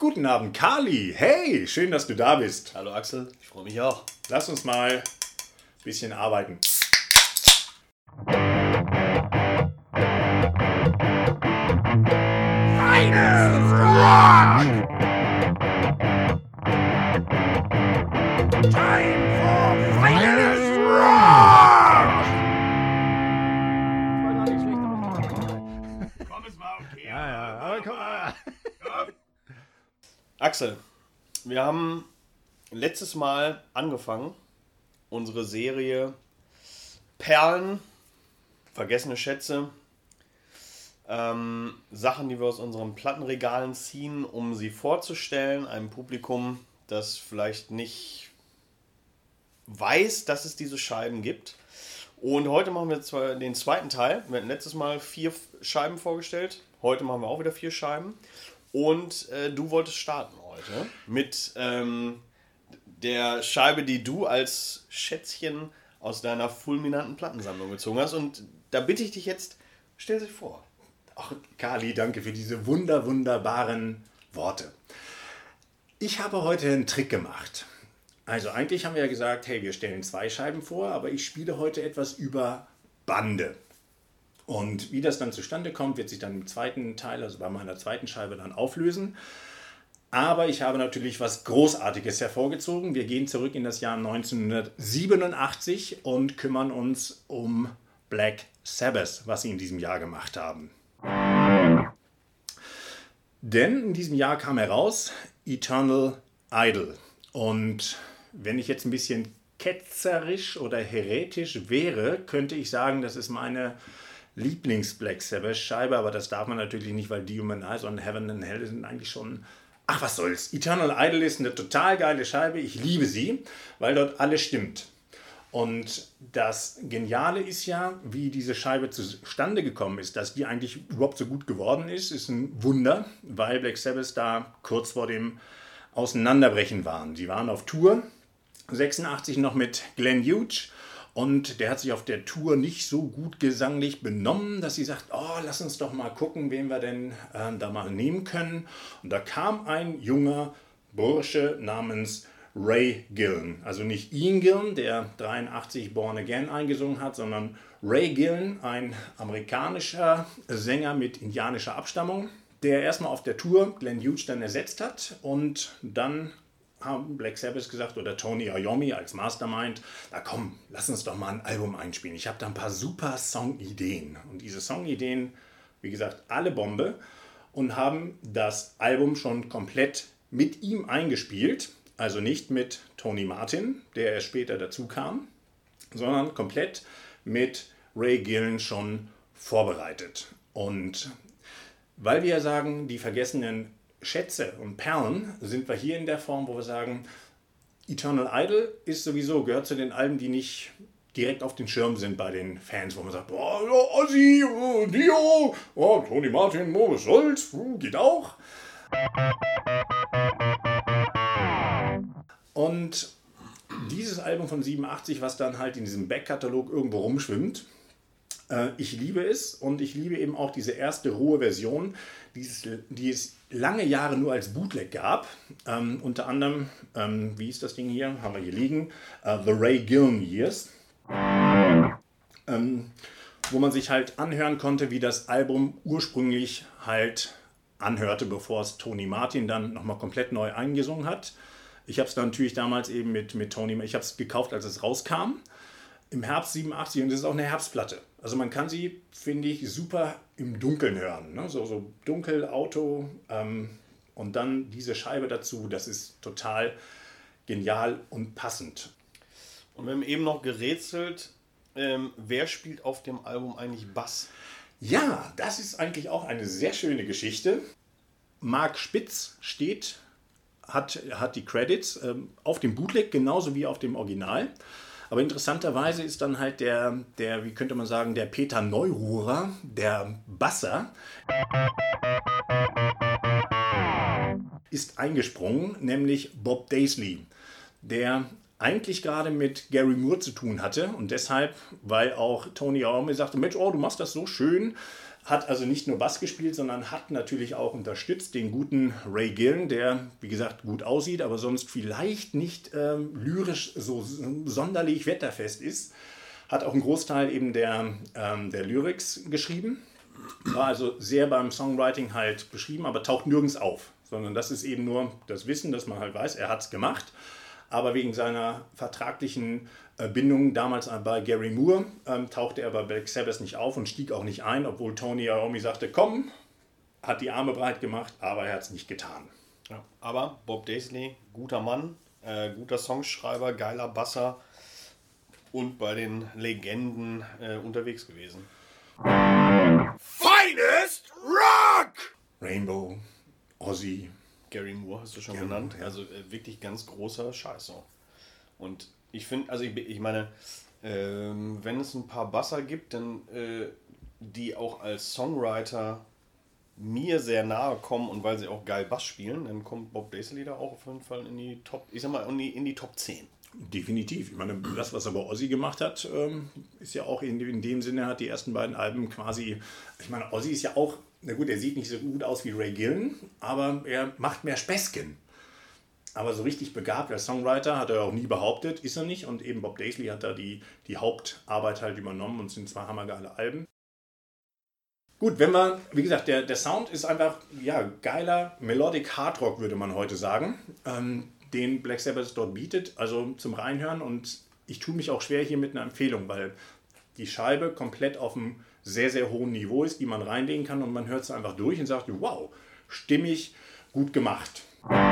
Guten Abend, Kali. Hey, schön, dass du da bist. Hallo Axel, ich freue mich auch. Lass uns mal ein bisschen arbeiten. Finest Rock! Time for Finest Rock! War gar nicht schlecht, aber Komm, es war okay. Ja, aber komm mal. Axel, wir haben letztes Mal angefangen, unsere Serie Perlen, vergessene Schätze, Sachen, die wir aus unseren Plattenregalen ziehen, um sie vorzustellen, einem Publikum, das vielleicht nicht weiß, dass es diese Scheiben gibt. Und heute machen wir den zweiten Teil. Wir hatten letztes Mal 4 Scheiben vorgestellt. Heute machen wir auch wieder 4 Scheiben. Und du wolltest starten heute mit der Scheibe, die du als Schätzchen aus deiner fulminanten Plattensammlung gezogen hast. Und da bitte ich dich jetzt, stell sie vor. Ach, Kali, danke für diese wunderbaren Worte. Ich habe heute einen Trick gemacht. Also eigentlich haben wir ja gesagt, hey, wir stellen 2 Scheiben vor, aber ich spiele heute etwas über Bande. Und wie das dann zustande kommt, wird sich dann im zweiten Teil, also bei meiner zweiten Scheibe, dann auflösen. Aber ich habe natürlich was Großartiges hervorgezogen. Wir gehen zurück in das Jahr 1987 und kümmern uns um Black Sabbath, was sie in diesem Jahr gemacht haben. Denn in diesem Jahr kam heraus Eternal Idol. Und wenn ich jetzt ein bisschen ketzerisch oder heretisch wäre, könnte ich sagen, das ist meine Lieblings-Black Sabbath-Scheibe, aber das darf man natürlich nicht, weil Dehumanize und Heaven and Hell sind eigentlich schon... Ach, was soll's. Eternal Idol ist eine total geile Scheibe. Ich liebe sie, weil dort alles stimmt. Und das Geniale ist ja, wie diese Scheibe zustande gekommen ist, dass die eigentlich überhaupt so gut geworden ist ein Wunder, weil Black Sabbath da kurz vor dem Auseinanderbrechen waren. Sie waren auf Tour, 86 noch mit Glenn Hughes, und der hat sich auf der Tour nicht so gut gesanglich benommen, dass sie sagt, oh, lass uns doch mal gucken, wen wir denn da mal nehmen können. Und da kam ein junger Bursche namens Ray Gillen. Also nicht Ian Gillen, der 83 Born Again eingesungen hat, sondern Ray Gillen, ein amerikanischer Sänger mit indianischer Abstammung, der erstmal auf der Tour Glenn Hughes dann ersetzt hat, und dann haben Black Sabbath gesagt, oder Tony Iommi als Mastermind, na komm, lass uns doch mal ein Album einspielen. Ich habe da ein paar super Songideen. Und diese Songideen, wie gesagt, alle Bombe, und haben das Album schon komplett mit ihm eingespielt. Also nicht mit Tony Martin, der erst später dazu kam, sondern komplett mit Ray Gillen schon vorbereitet. Und weil wir sagen, die vergessenen Schätze und Perlen, sind wir hier in der Form, wo wir sagen, Eternal Idol ist sowieso, gehört zu den Alben, die nicht direkt auf den Schirm sind bei den Fans, wo man sagt, oh, Ozzy, Dio, oh, Tony Martin, was soll's, geht auch. Und dieses Album von 87, was dann halt in diesem Backkatalog irgendwo rumschwimmt, ich liebe es, und ich liebe eben auch diese erste rohe Version, die es lange Jahre nur als Bootleg gab. Unter anderem, wie ist das Ding hier? Haben wir hier liegen. The Ray Gillen Years. Wo man sich halt anhören konnte, wie das Album ursprünglich halt anhörte, bevor es Tony Martin dann nochmal komplett neu eingesungen hat. Ich habe es dann natürlich damals eben mit Tony, ich habe es gekauft, als es rauskam, im Herbst 87, und das ist auch eine Herbstplatte. Also man kann sie, finde ich, super im Dunkeln hören. Ne? So dunkel, Auto, und dann diese Scheibe dazu, das ist total genial und passend. Und wir haben eben noch gerätselt, wer spielt auf dem Album eigentlich Bass? Ja, das ist eigentlich auch eine sehr schöne Geschichte. Mark Spitz hat die Credits auf dem Bootleg genauso wie auf dem Original. Aber interessanterweise ist dann halt der, wie könnte man sagen, der Peter Neururer, der Basser, ist eingesprungen, nämlich Bob Daisley, der eigentlich gerade mit Gary Moore zu tun hatte, und deshalb, weil auch Tony Iommi sagte, Mensch, oh, du machst das so schön, Hat also nicht nur Bass gespielt, sondern hat natürlich auch unterstützt den guten Ray Gillen, der, wie gesagt, gut aussieht, aber sonst vielleicht nicht lyrisch so sonderlich wetterfest ist. Hat auch einen Großteil eben der Lyrics geschrieben. War also sehr beim Songwriting halt beschrieben, aber taucht nirgends auf. Sondern das ist eben nur das Wissen, dass man halt weiß, er hat es gemacht. Aber wegen seiner vertraglichen Bindung damals bei Gary Moore tauchte er bei Black Sabbath nicht auf und stieg auch nicht ein, obwohl Tony Iommi sagte, komm, hat die Arme breit gemacht, aber er hat es nicht getan. Ja, aber Bob Daisley, guter Mann, guter Songschreiber, geiler Basser und bei den Legenden unterwegs gewesen. Finest rock! Rainbow, Ozzy. Gary Moore hast du schon genannt. Ja. Also wirklich ganz großer Scheiß. Und ich finde, also ich meine, wenn es ein paar Basser gibt, dann die auch als Songwriter mir sehr nahe kommen und weil sie auch geil Bass spielen, dann kommt Bob Daisley da auch auf jeden Fall in die Top, ich sag mal, in die Top 10. Definitiv. Ich meine, das, was aber Ozzy gemacht hat, ist ja auch in dem Sinne, hat die ersten beiden Alben quasi, ich meine, Ozzy ist ja auch, na gut, er sieht nicht so gut aus wie Ray Gillen, aber er macht mehr Späßchen. Aber so richtig begabt als Songwriter hat er auch nie behauptet, ist er nicht. Und eben Bob Daisley hat da die Hauptarbeit halt übernommen und sind zwar hammergeile Alben. Gut, wenn wir, wie gesagt, der Sound ist einfach, ja, geiler Melodic Hardrock, würde man heute sagen, den Black Sabbath dort bietet, also zum Reinhören. Und ich tue mich auch schwer hier mit einer Empfehlung, weil die Scheibe komplett auf einem sehr, sehr hohen Niveau ist, die man reinlegen kann und man hört es einfach durch und sagt, wow, stimmig, gut gemacht.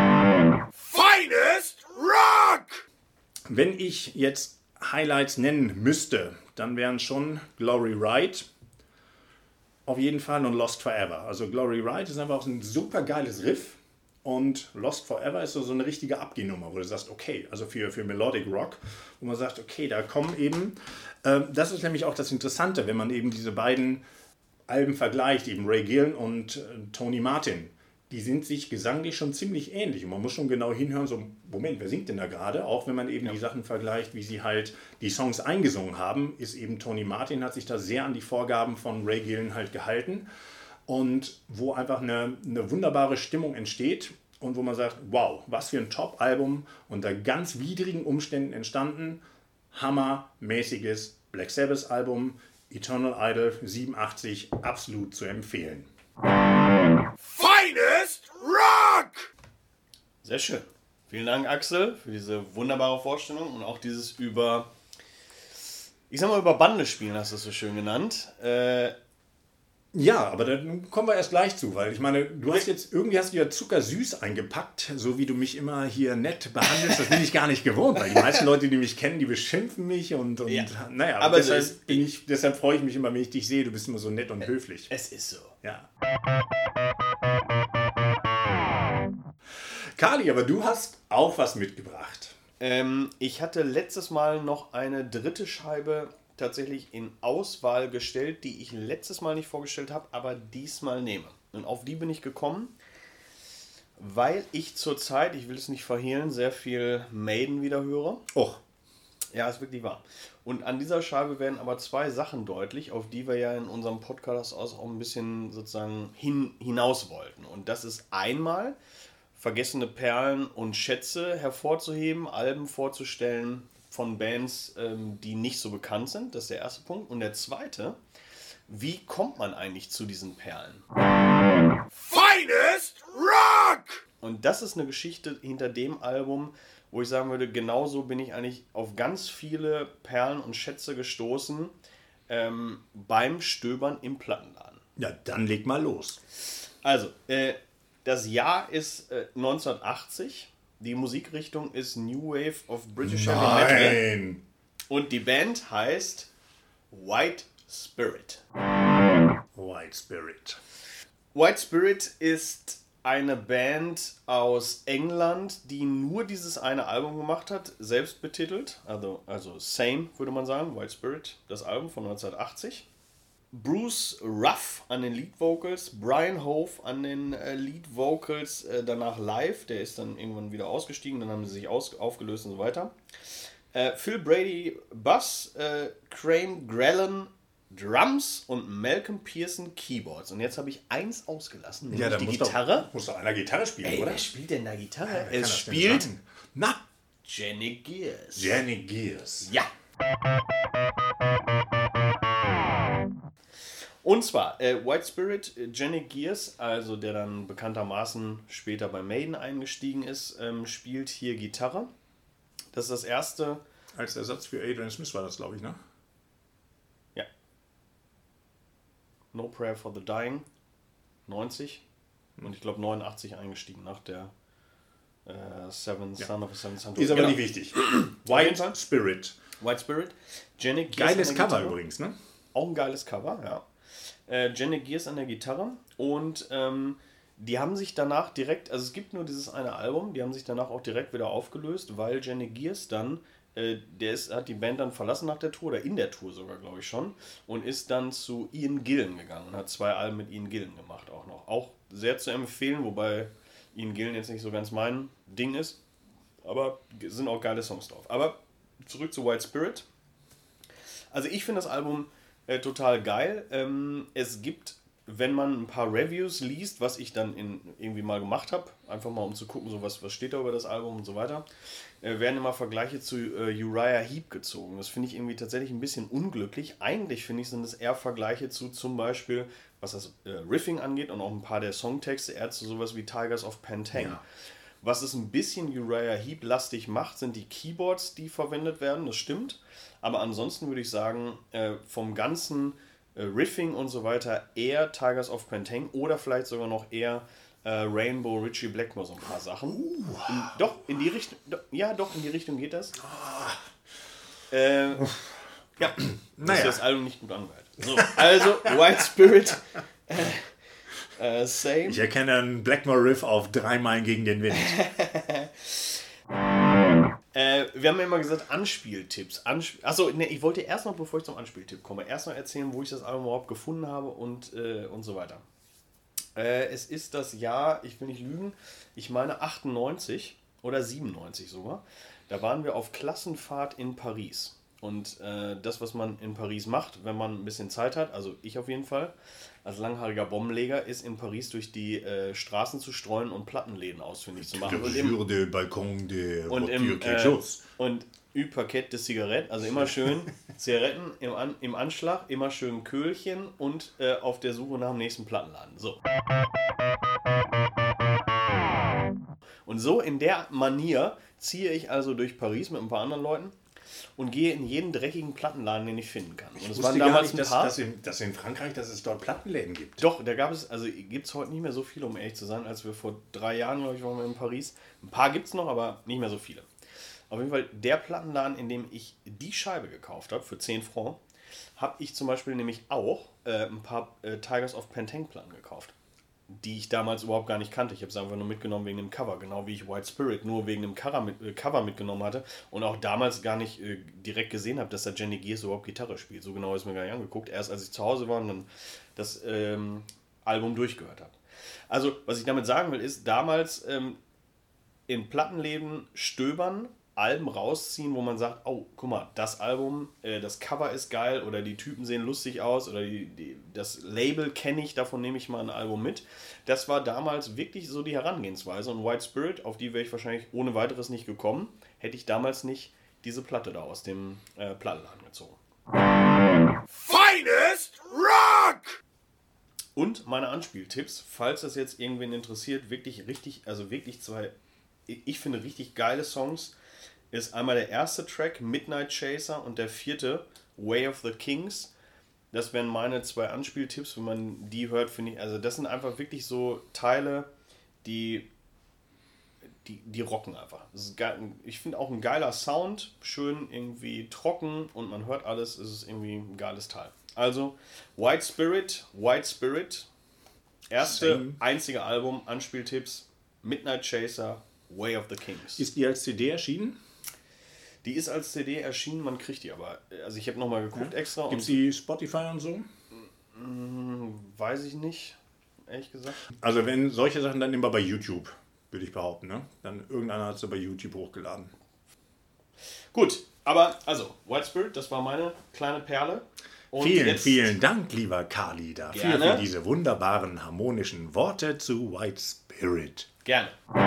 Finest rock! Wenn ich jetzt Highlights nennen müsste, dann wären schon Glory Ride auf jeden Fall und Lost Forever. Also Glory Ride ist einfach auch ein super geiles Riff und Lost Forever ist so eine richtige Abgehnummer, wo du sagst, okay, also für Melodic Rock, wo man sagt, okay, da kommen eben, das ist nämlich auch das Interessante, wenn man eben diese beiden Alben vergleicht, eben Ray Gillen und Tony Martin. Die sind sich gesanglich schon ziemlich ähnlich. Und man muss schon genau hinhören, so, Moment, wer singt denn da gerade? Auch wenn man eben die Sachen vergleicht, wie sie halt die Songs eingesungen haben, ist eben Tony Martin, hat sich da sehr an die Vorgaben von Ray Gillen halt gehalten. Und wo einfach eine wunderbare Stimmung entsteht und wo man sagt, wow, was für ein Top-Album, unter ganz widrigen Umständen entstanden. Hammermäßiges Black Sabbath-Album, Eternal Idol 87, absolut zu empfehlen. Finest rock! Sehr schön. Vielen Dank, Axel, für diese wunderbare Vorstellung und auch dieses über Bande spielen, hast du es so schön genannt. Ja, aber da kommen wir erst gleich zu, weil ich meine, irgendwie hast du ja zuckersüß eingepackt, so wie du mich immer hier nett behandelst, das bin ich gar nicht gewohnt, weil die meisten Leute, die mich kennen, die beschimpfen mich und ja. Naja, aber deshalb freue ich mich immer, wenn ich dich sehe, du bist immer so nett und höflich. Es ist so. Ja. Kali, aber du hast auch was mitgebracht. Ich hatte letztes Mal noch eine dritte Scheibe tatsächlich in Auswahl gestellt, die ich letztes Mal nicht vorgestellt habe, aber diesmal nehme. Und auf die bin ich gekommen, weil ich zurzeit, ich will es nicht verhehlen, sehr viel Maiden wieder höre. Och. Ja, ist wirklich wahr. Und an dieser Scheibe werden aber zwei Sachen deutlich, auf die wir ja in unserem Podcast auch ein bisschen sozusagen hinaus wollten. Und das ist einmal vergessene Perlen und Schätze hervorzuheben, Alben vorzustellen von Bands, die nicht so bekannt sind. Das ist der erste Punkt. Und der zweite, wie kommt man eigentlich zu diesen Perlen? Finest rock! Und das ist eine Geschichte hinter dem Album, wo ich sagen würde, genauso bin ich eigentlich auf ganz viele Perlen und Schätze gestoßen beim Stöbern im Plattenladen. Ja, dann leg mal los. Also, das Jahr ist 1980. Die Musikrichtung ist New Wave of British Heavy Metal. Nein! Und die Band heißt White Spirit. White Spirit. White Spirit ist eine Band aus England, die nur dieses eine Album gemacht hat, selbst betitelt. Also Same, würde man sagen. White Spirit, das Album von 1980. Bruce Ruff an den Lead Vocals, Brian Hove an den Lead Vocals, danach live, der ist dann irgendwann wieder ausgestiegen, dann haben sie sich aufgelöst und so weiter. Phil Brady Bass, Crane Grallen Drums und Malcolm Pearson Keyboards. Und jetzt habe ich eins ausgelassen, nämlich die muss Gitarre. Muss doch einer Gitarre spielen, Ey, oder? wer spielt denn da Gitarre? Wer kann Es das denn spielt sein? Na, Jenny Gears. Jenny Gears. Ja. Und zwar White Spirit, Jenny Gears, also der dann bekanntermaßen später bei Maiden eingestiegen ist, spielt hier Gitarre. Das ist das erste. Als Ersatz für Adrian Smith war das, glaube ich, ne? Ja. No Prayer for the Dying, 90. Und ich glaube 89 eingestiegen nach der Son of a Seventh Son. Ist aber Genau. nicht wichtig. jeden Fall. White Spirit. White Spirit. Jenny Gears Geiles an der Cover Gitarre. übrigens, ne? Auch ein geiles Cover, ja. Jenny Gears an der Gitarre und die haben sich danach direkt, also es gibt nur dieses eine Album, die haben sich danach auch direkt wieder aufgelöst, weil Jenny Gears dann, hat die Band dann verlassen nach der Tour, oder in der Tour sogar, glaube ich schon, und ist dann zu Ian Gillan gegangen und hat 2 Alben mit Ian Gillan gemacht auch noch. Auch sehr zu empfehlen, wobei Ian Gillan jetzt nicht so ganz mein Ding ist, aber sind auch geile Songs drauf. Aber zurück zu White Spirit. Also ich finde das Album total geil. Es gibt, wenn man ein paar Reviews liest, was ich dann irgendwie mal gemacht habe, einfach mal um zu gucken, so was steht da über das Album und so weiter, werden immer Vergleiche zu Uriah Heep gezogen. Das finde ich irgendwie tatsächlich ein bisschen unglücklich. Eigentlich finde ich, sind es eher Vergleiche zu zum Beispiel, was das Riffing angeht und auch ein paar der Songtexte, eher zu sowas wie Tigers of Pantang. Ja. Was es ein bisschen Uriah Heep-lastig macht, sind die Keyboards, die verwendet werden, das stimmt. Aber ansonsten würde ich sagen, vom ganzen Riffing und so weiter eher Tigers of Pantang oder vielleicht sogar noch eher Rainbow, Ritchie Blackmore, so ein paar Sachen. Doch, in die Richtung, doch, in die Richtung geht das. Ja, dass das Album nicht gut anhört. So, also, White Spirit, same. Ich erkenne einen Blackmore-Riff auf 3 Meilen gegen den Wind. Wir haben ja immer gesagt, Anspieltipps. Achso, ne, ich wollte erst noch, bevor ich zum Anspieltipp komme, erst noch erzählen, wo ich das Album überhaupt gefunden habe und so weiter. Es ist das Jahr, ich will nicht lügen, ich meine 98 oder 97 sogar. Da waren wir auf Klassenfahrt in Paris. Und das, was man in Paris macht, wenn man ein bisschen Zeit hat, also ich auf jeden Fall, als langhaariger Bombenleger, ist in Paris durch die Straßen zu streuen und Plattenläden ausfindig zu machen. Sur de Balkon de Und voiture quelque chose. und Ü-Paket de Zigaretten, also immer schön Zigaretten im Anschlag, immer schön Köhlchen und auf der Suche nach dem nächsten Plattenladen. So. Und so in der Manier ziehe ich also durch Paris mit ein paar anderen Leuten und gehe in jeden dreckigen Plattenladen, den ich finden kann. Und Ich es wusste waren gar damals nicht, ein paar. dass in Frankreich, dass es dort Plattenläden gibt. Doch, da gab es, also gibt es heute nicht mehr so viele, um ehrlich zu sein, als wir vor 3 Jahren, glaube ich, waren wir in Paris. Ein paar gibt es noch, aber nicht mehr so viele. Auf jeden Fall der Plattenladen, in dem ich die Scheibe gekauft habe, für 10 Francs, habe ich zum Beispiel nämlich auch ein paar Tigers of Pantang Platten gekauft, die ich damals überhaupt gar nicht kannte. Ich habe es einfach nur mitgenommen wegen dem Cover, genau wie ich White Spirit nur wegen dem Cover mitgenommen hatte und auch damals gar nicht direkt gesehen habe, dass da Jenny Gears überhaupt Gitarre spielt. So genau ist mir gar nicht angeguckt. Erst als ich zu Hause war und dann das Album durchgehört habe. Also, was ich damit sagen will, ist, damals in Plattenläden stöbern, Alben rausziehen, wo man sagt, oh, guck mal, das Album, das Cover ist geil oder die Typen sehen lustig aus oder das Label kenne ich, davon nehme ich mal ein Album mit. Das war damals wirklich so die Herangehensweise und White Spirit, auf die wäre ich wahrscheinlich ohne weiteres nicht gekommen, hätte ich damals nicht diese Platte da aus dem Plattenladen gezogen. Finest Rock! Und meine Anspieltipps, falls das jetzt irgendwen interessiert, wirklich richtig, also wirklich 2, ich finde richtig geile Songs, ist einmal der erste Track, Midnight Chaser, und der 4. Way of the Kings. Das wären meine 2 Anspieltipps, wenn man die hört, finde ich, also das sind einfach wirklich so Teile, die rocken einfach. Das ist geil. Ich finde auch ein geiler Sound, schön irgendwie trocken und man hört alles, es ist irgendwie ein geiles Teil. Also White Spirit, erste, einzige Album, Anspieltipps, Midnight Chaser, Way of the Kings. Ist die als CD erschienen? Die ist als CD erschienen, man kriegt die aber. Also ich habe nochmal geguckt extra. Gibt es die Spotify und so? Weiß ich nicht, ehrlich gesagt. Also wenn solche Sachen, dann immer bei YouTube, würde ich behaupten. Ne? Dann irgendeiner hat sie bei YouTube hochgeladen. Gut, aber also White Spirit, das war meine kleine Perle. Und Vielen Dank, lieber Kali, dafür Gerne. für diese wunderbaren harmonischen Worte zu White Spirit. Gerne.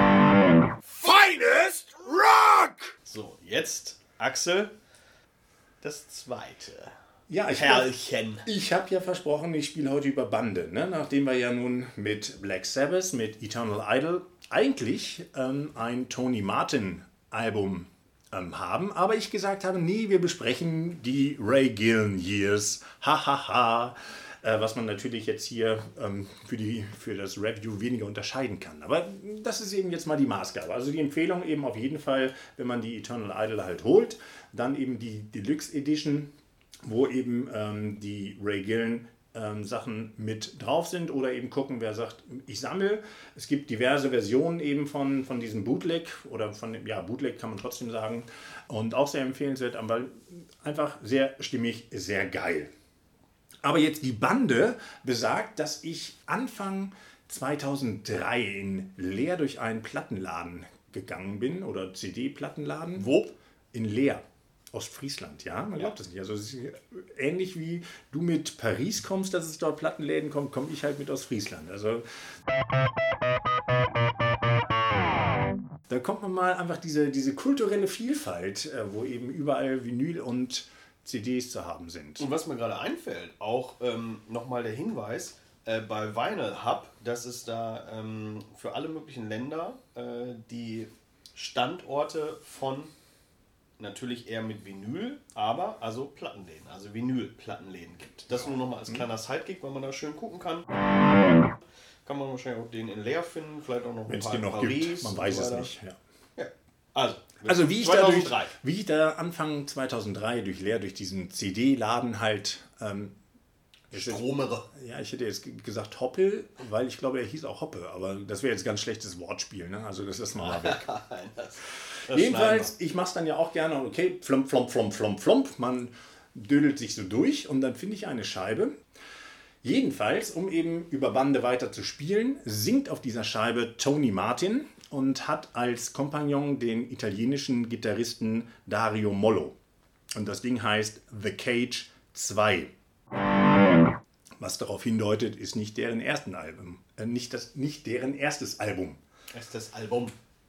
Finest Rock! So, jetzt, Axel, das zweite. Ja, Perlchen. Ich habe ja versprochen, ich spiele heute über Bande, ne? Nachdem wir ja nun mit Black Sabbath, mit Eternal Idol eigentlich ein Tony Martin Album haben, aber ich gesagt habe, nee, wir besprechen die Ray Gillen Years, hahaha, was man natürlich jetzt hier für das Review weniger unterscheiden kann. Aber das ist eben jetzt mal die Maßgabe. Also die Empfehlung eben auf jeden Fall, wenn man die Eternal Idol halt holt, dann eben die Deluxe Edition, wo eben die Ray Gillen Sachen mit drauf sind oder eben gucken, wer sagt, ich sammle. Es gibt diverse Versionen eben von diesem Bootleg oder Bootleg kann man trotzdem sagen und auch sehr empfehlenswert, aber einfach sehr stimmig, sehr geil. Aber jetzt die Bande besagt, dass ich Anfang 2003 in Leer durch einen Plattenladen gegangen bin oder CD-Plattenladen. Wo? In Leer. Ostfriesland, ja, man glaubt es nicht. Also es ist ähnlich wie du mit Paris kommst, dass es dort Plattenläden kommt, komme ich halt mit Ostfriesland. Also da kommt man mal einfach diese kulturelle Vielfalt, wo eben überall Vinyl und CDs zu haben sind. Und was mir gerade einfällt, auch nochmal der Hinweis, bei Vinyl Hub, dass es da für alle möglichen Länder die Standorte von natürlich eher mit Vinyl, aber also Plattenläden, also Vinyl-Plattenläden gibt. Das nur nochmal als kleiner Sidekick, weil man da schön gucken kann. Kann man wahrscheinlich auch den in Leer finden, vielleicht auch noch Wenn es den noch gibt, man weiß es nicht. Ja. Ja. Also wie 2003. ich da Anfang 2003 durch Leer, durch diesen CD-Laden halt Stromere. Ja, ich hätte jetzt gesagt Hoppel, weil ich glaube, er hieß auch Hoppe, aber das wäre jetzt ganz schlechtes Wortspiel, ne? Also das ist mal weg. Das Jedenfalls, ich mache es dann ja auch gerne, okay, flomp, flomp, flomp, flomp, flomp, man dödelt sich so durch und dann finde ich eine Scheibe. Jedenfalls, um eben über Bande weiter zu spielen, singt auf dieser Scheibe Tony Martin und hat als Kompagnon den italienischen Gitarristen Dario Mollo. Und das Ding heißt The Cage 2. Was darauf hindeutet, ist nicht deren ersten Album. Nicht deren erstes Album. Erstes Album.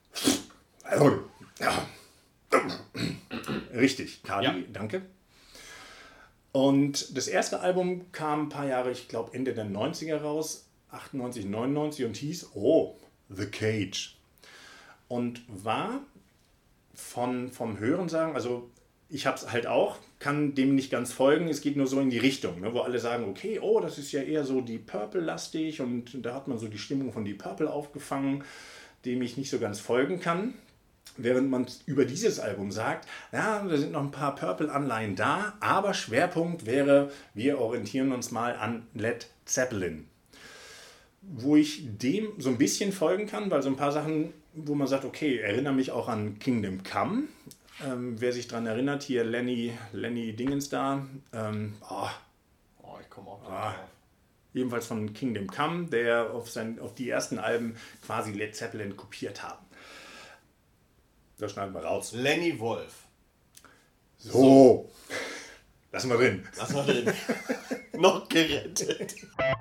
Ja. Richtig, Kali, Ja. danke. Und das erste Album kam ein paar Jahre, ich glaube Ende der 90er raus, 98, 99 und hieß The Cage. Und war vom Hörensagen, also ich habe es halt auch, kann dem nicht ganz folgen, es geht nur so in die Richtung, ne, wo alle sagen, okay, das ist ja eher so Deep Purple-lastig und da hat man so die Stimmung von Deep Purple aufgefangen, dem ich nicht so ganz folgen kann. Während man über dieses Album sagt, ja, da sind noch ein paar Purple-Anleihen da, aber Schwerpunkt wäre, wir orientieren uns mal an Led Zeppelin. Wo ich dem so ein bisschen folgen kann, weil so ein paar Sachen, wo man sagt, okay, erinnere mich auch an Kingdom Come. Wer sich daran erinnert, hier Lenny Dingens da. Ich komme auch drauf. Jedenfalls von Kingdom Come, der auf die ersten Alben quasi Led Zeppelin kopiert haben. Das schneiden wir raus. Lenny Wolf. So. Lassen wir drin. Lass mal drin. Noch gerettet.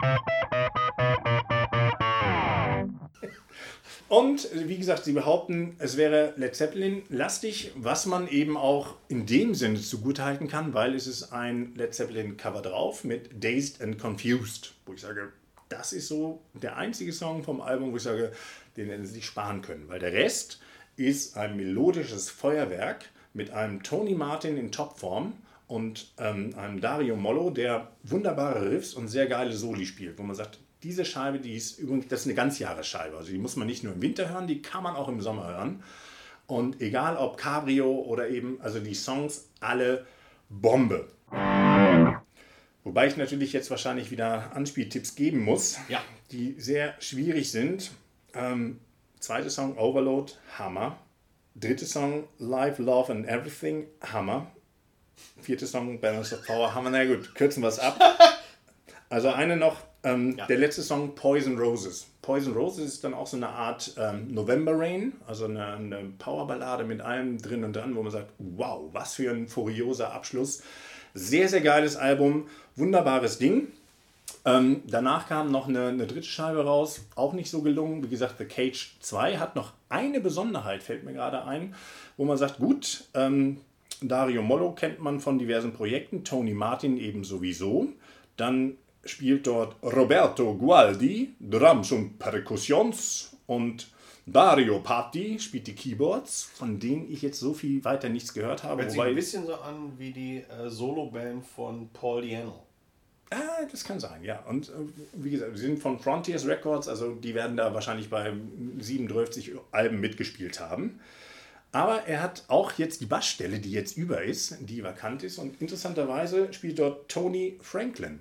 Und wie gesagt, sie behaupten, es wäre Led Zeppelin-lastig, was man eben auch in dem Sinne zugutehalten kann, weil es ist ein Led Zeppelin-Cover drauf mit Dazed and Confused, wo ich sage, das ist so der einzige Song vom Album, wo ich sage, den hätten sie sich sparen können, weil der Rest ist ein melodisches Feuerwerk mit einem Tony Martin in Topform und einem Dario Mollo, der wunderbare Riffs und sehr geile Soli spielt, wo man sagt, diese Scheibe, die ist übrigens, das ist eine Ganzjahresscheibe, also die muss man nicht nur im Winter hören, die kann man auch im Sommer hören. Und egal ob Cabrio oder eben, also die Songs, alle Bombe. Wobei ich natürlich jetzt wahrscheinlich wieder Anspieltipps geben muss, Ja. die sehr schwierig sind. Zweiter Song Overload, Hammer. Dritter Song Life, Love and Everything, Hammer. Vierter Song Balance of Power, Hammer. Na gut, kürzen wir es ab. Also eine noch, der letzte Song Poison Roses. Poison Roses ist dann auch so eine Art November Rain, also eine Powerballade mit allem drin und dran, wo man sagt, wow, was für ein furioser Abschluss. Sehr, sehr geiles Album, wunderbares Ding. Danach kam noch eine dritte Scheibe raus, auch nicht so gelungen. Wie gesagt, The Cage 2 hat noch eine Besonderheit, fällt mir gerade ein, wo man sagt, gut, Dario Mollo kennt man von diversen Projekten, Tony Martin eben sowieso. Dann spielt dort Roberto Gualdi, Drums und Percussions, und Dario Patti spielt die Keyboards, von denen ich jetzt so viel weiter nichts gehört habe. Hört sich ein bisschen so an wie die Solo-Band von Paul Diano. Das kann sein, ja. Und wie gesagt, wir sind von Frontiers Records, also die werden da wahrscheinlich bei 37 Alben mitgespielt haben. Aber er hat auch jetzt die Bassstelle, die jetzt über ist, die vakant ist. Und interessanterweise spielt dort Tony Franklin.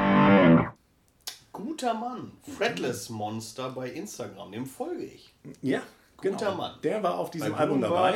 Guter Mann. Fretless Monster bei Instagram, dem folge ich. Ja, Guter genau. Mann. Der war auf diesem Bei Album dabei.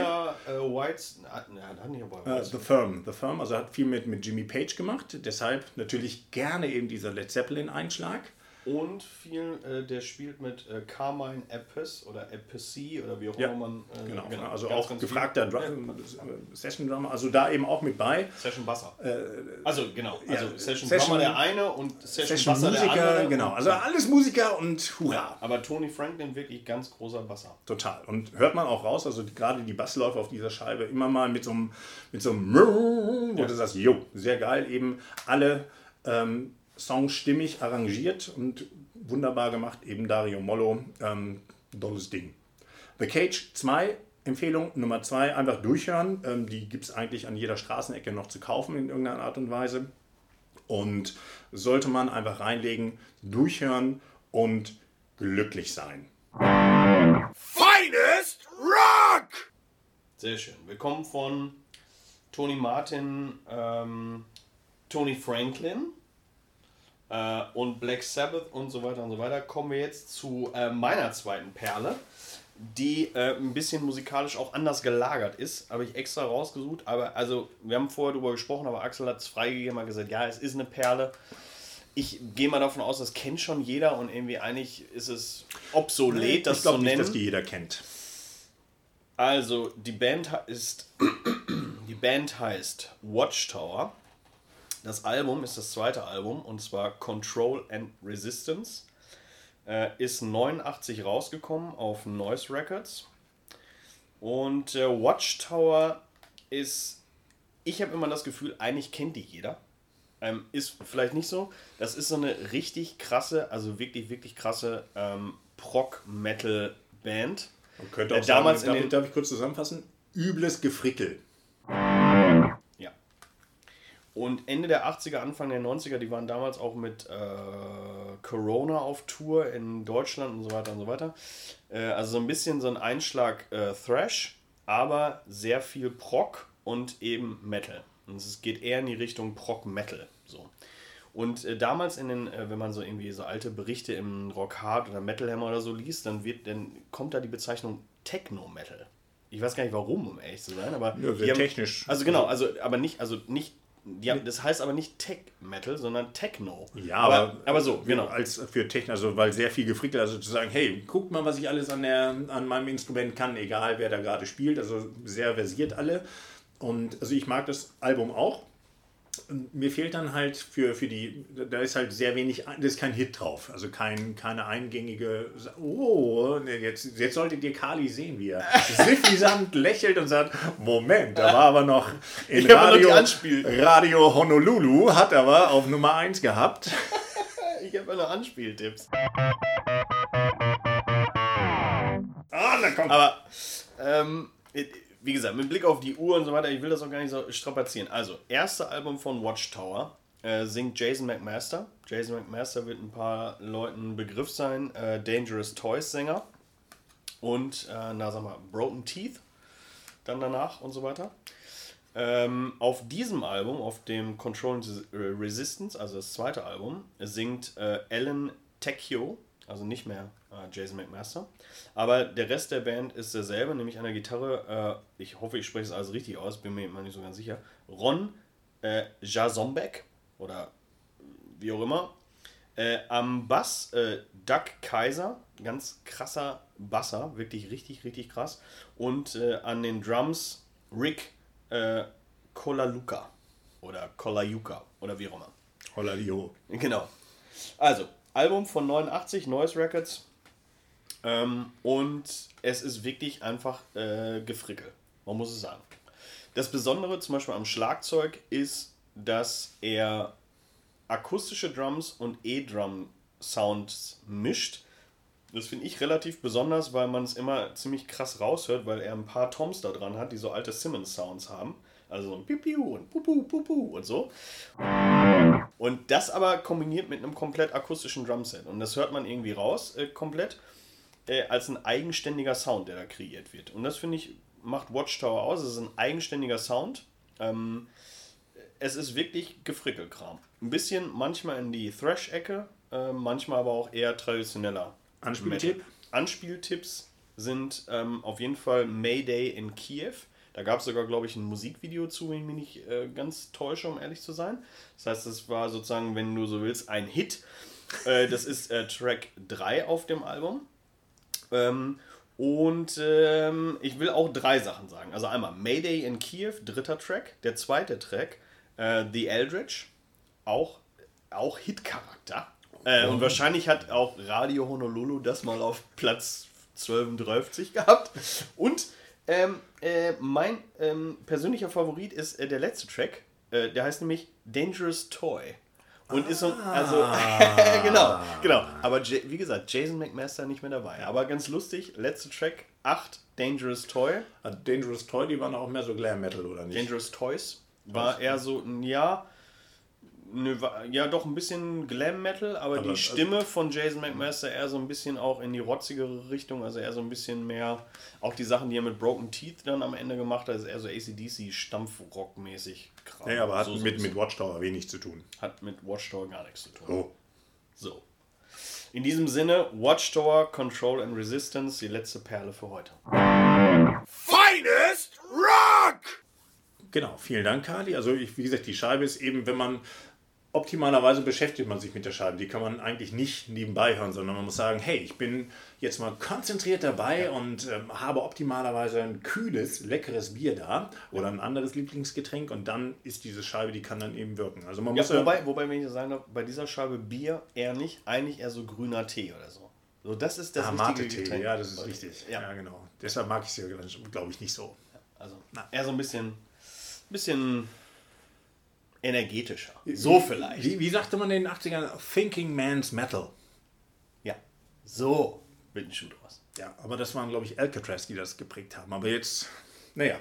The The Firm, also hat viel mit Jimmy Page gemacht. Deshalb natürlich gerne eben dieser Led Zeppelin-Einschlag. Und viel, der spielt mit Carmine Appice oder Appice oder wie auch Ja, immer man. genau. Also ganz, auch ganz gefragter Session-Drummer, also da eben auch mit bei. Session Basser. Also genau, also ja, Session Session- Drummer der eine und Session Basser der Musiker, andere. genau. Also alles Musiker und hurra. Ja, aber Tony Franklin wirklich ganz großer Basser. Total. Und hört man auch raus, also gerade die Bassläufe auf dieser Scheibe immer mal mit so einem wo du sagst, jo, sehr geil, eben alle Songs stimmig arrangiert und wunderbar gemacht, eben Dario Mollo, tolles Ding. The Cage 2, Empfehlung Nummer 2, einfach durchhören, die gibt es eigentlich an jeder Straßenecke noch zu kaufen in irgendeiner Art und Weise, und sollte man einfach reinlegen, durchhören und glücklich sein. Finest Rock! Sehr schön. Wir kommen von Tony Martin, Tony Franklin und Black Sabbath und so weiter und so weiter. Kommen wir jetzt zu meiner zweiten Perle, die ein bisschen musikalisch auch anders gelagert ist. Habe ich extra rausgesucht. Aber also, wir haben vorher darüber gesprochen, aber Axel hat es freigegeben, hat gesagt, ja, es ist eine Perle. Ich gehe mal davon aus, das kennt schon jeder und irgendwie eigentlich ist es obsolet, das ich glaube zu nicht, nennen. dass die jeder kennt. Also, die Band heißt Watchtower. Das Album ist das zweite Album, und zwar Control and Resistance. Ist 89 rausgekommen auf Noise Records. Und Watchtower ist, ich habe immer das Gefühl, eigentlich kennt die jeder. Ist vielleicht nicht so. Das ist so eine richtig krasse, also wirklich, wirklich krasse Prog-Metal-Band. Man könnte auch damals sagen, darf ich kurz zusammenfassen? Übles Gefrickel. Ja. Und Ende der 80er, Anfang der 90er, die waren damals auch mit Corona auf Tour in Deutschland und so weiter und so weiter. Also so ein bisschen so ein Einschlag Thrash, aber sehr viel Prog und eben Metal. Und es geht eher in die Richtung Prog-Metal. So. Und damals wenn man so irgendwie so alte Berichte im Rock Hard oder Metal Hammer oder so liest, dann kommt da die Bezeichnung Techno-Metal. Ich weiß gar nicht warum, um ehrlich zu sein, aber Ja, sehr technisch. Also genau, das heißt aber nicht Tech-Metal, sondern Techno. Ja, aber so, genau. Als für Technik, also weil sehr viel gefrickelt, also zu sagen, hey, guckt mal, was ich alles an meinem Instrument kann, egal wer da gerade spielt, also sehr versiert alle. Und also ich mag das Album auch. Mir fehlt dann halt da ist halt sehr wenig, da ist kein Hit drauf, also keine eingängige, jetzt solltet ihr Kali sehen, wie er siffisant lächelt und sagt, Moment, da war aber noch in Radio Honolulu, hat aber auf Nummer 1 gehabt. Ich habe noch Anspieltipps. Da kommt. Aber, wie gesagt, mit Blick auf die Uhr und so weiter, ich will das auch gar nicht so strapazieren. Also, erste Album von Watchtower singt Jason McMaster. Jason McMaster wird ein paar Leuten ein Begriff sein. Dangerous Toys Sänger. Und, Broken Teeth. Dann danach und so weiter. Auf diesem Album, auf dem Control and Resistance, also das zweite Album, singt Alan Tecchio, also nicht mehr Jason McMaster. Aber der Rest der Band ist derselbe, nämlich an der Gitarre, ich hoffe, ich spreche es alles richtig aus, bin mir immer nicht so ganz sicher, Ron Jazombek oder wie auch immer. Am Bass Doug Kaiser, ganz krasser Basser, wirklich richtig, richtig krass. Und an den Drums Rick Kolaluka. oder Kolayuka oder wie auch immer. Holladio. Genau. Also, Album von 89, Noise Records. Und es ist wirklich einfach Gefrickel. Man muss es sagen. Das Besondere zum Beispiel am Schlagzeug ist, dass er akustische Drums und E-Drum-Sounds mischt. Das finde ich relativ besonders, weil man es immer ziemlich krass raushört, weil er ein paar Toms da dran hat, die so alte Simmons-Sounds haben. Also so ein Piu-Piu und Pupu, Pupu und so. Und das aber kombiniert mit einem komplett akustischen Drumset. Und das hört man irgendwie raus, komplett, als ein eigenständiger Sound, der da kreiert wird. Und das, finde ich, macht Watchtower aus. Es ist ein eigenständiger Sound. Es ist wirklich Gefrickelkram. Ein bisschen manchmal in die Thrash-Ecke, manchmal aber auch eher traditioneller. Anspieltipp? Anspieltipps sind auf jeden Fall Mayday in Kiew. Da gab es sogar, glaube ich, ein Musikvideo zu, wenn ich mich nicht ganz täusche, um ehrlich zu sein. Das heißt, das war sozusagen, wenn du so willst, ein Hit. Das ist Track 3 auf dem Album. Ich will auch 3 Sachen sagen. Also einmal Mayday in Kiew, 3. Track. Der 2. Track, The Eldritch, auch Hit-Charakter. Und wahrscheinlich hat auch Radio Honolulu das mal auf Platz 12 gehabt. Und mein persönlicher Favorit ist der letzte Track. Der heißt nämlich Dangerous Toy. Und ist so, also, genau. Aber wie gesagt, Jason McMaster nicht mehr dabei. Aber ganz lustig, letzter Track, 8, Dangerous Toy. Dangerous Toy, die waren auch mehr so Glam Metal, oder nicht? Dangerous Toys war eher so, ja, doch ein bisschen Glam Metal, aber die Stimme von Jason McMaster eher so ein bisschen auch in die rotzigere Richtung, also eher so ein bisschen mehr, auch die Sachen, die er mit Broken Teeth dann am Ende gemacht hat, ist eher so AC/DC Stampfrock-mäßig Kram. Ja, aber hat so mit Watchtower wenig zu tun. Hat mit Watchtower gar nichts zu tun. Oh. So. In diesem Sinne, Watchtower, Control and Resistance, die letzte Perle für heute. Finest Rock! Genau, vielen Dank, Kali. Also wie gesagt, die Scheibe ist eben, wenn man optimalerweise beschäftigt man sich mit der Scheibe. Die kann man eigentlich nicht nebenbei hören, sondern man muss sagen, hey, ich bin jetzt mal konzentriert dabei und habe optimalerweise ein kühles, leckeres Bier da oder ein anderes Lieblingsgetränk und dann ist diese Scheibe, die kann dann eben wirken. Also man muss wobei, wenn ich sagen darf, bei dieser Scheibe Bier eher nicht, eigentlich eher so grüner Tee oder so. So, das ist das richtige Getränk. Ja, das ist richtig. Ja, genau. Deshalb mag ich sie, glaube ich, nicht so. Also eher so ein bisschen energetischer. So vielleicht. Wie sagte man in den 80ern? Thinking Man's Metal. Ja, so wird ein Schuh draus. Ja, aber das waren, glaube ich, Alcatraz, die das geprägt haben. Aber jetzt, naja.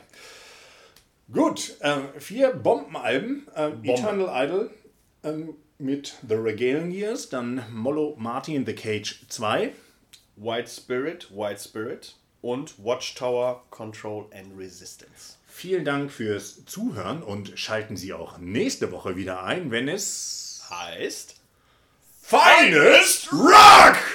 Gut, 4 Bombenalben. Eternal Idol mit The Regalen Years, dann Mollo Marty in the Cage 2. White Spirit und Watchtower, Control and Resistance. Vielen Dank fürs Zuhören und schalten Sie auch nächste Woche wieder ein, wenn es heißt Finest Rock!